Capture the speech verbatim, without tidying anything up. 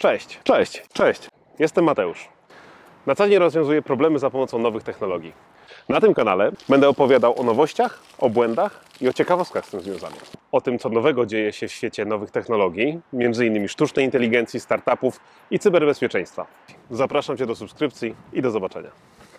Cześć, cześć, cześć. Jestem Mateusz. Na co dzień rozwiązuję problemy za pomocą nowych technologii. Na tym kanale będę opowiadał o nowościach, o błędach i o ciekawostkach z tym związanych. O tym, co nowego dzieje się w świecie nowych technologii, między innymi sztucznej inteligencji, startupów i cyberbezpieczeństwa. Zapraszam Cię do subskrypcji i do zobaczenia.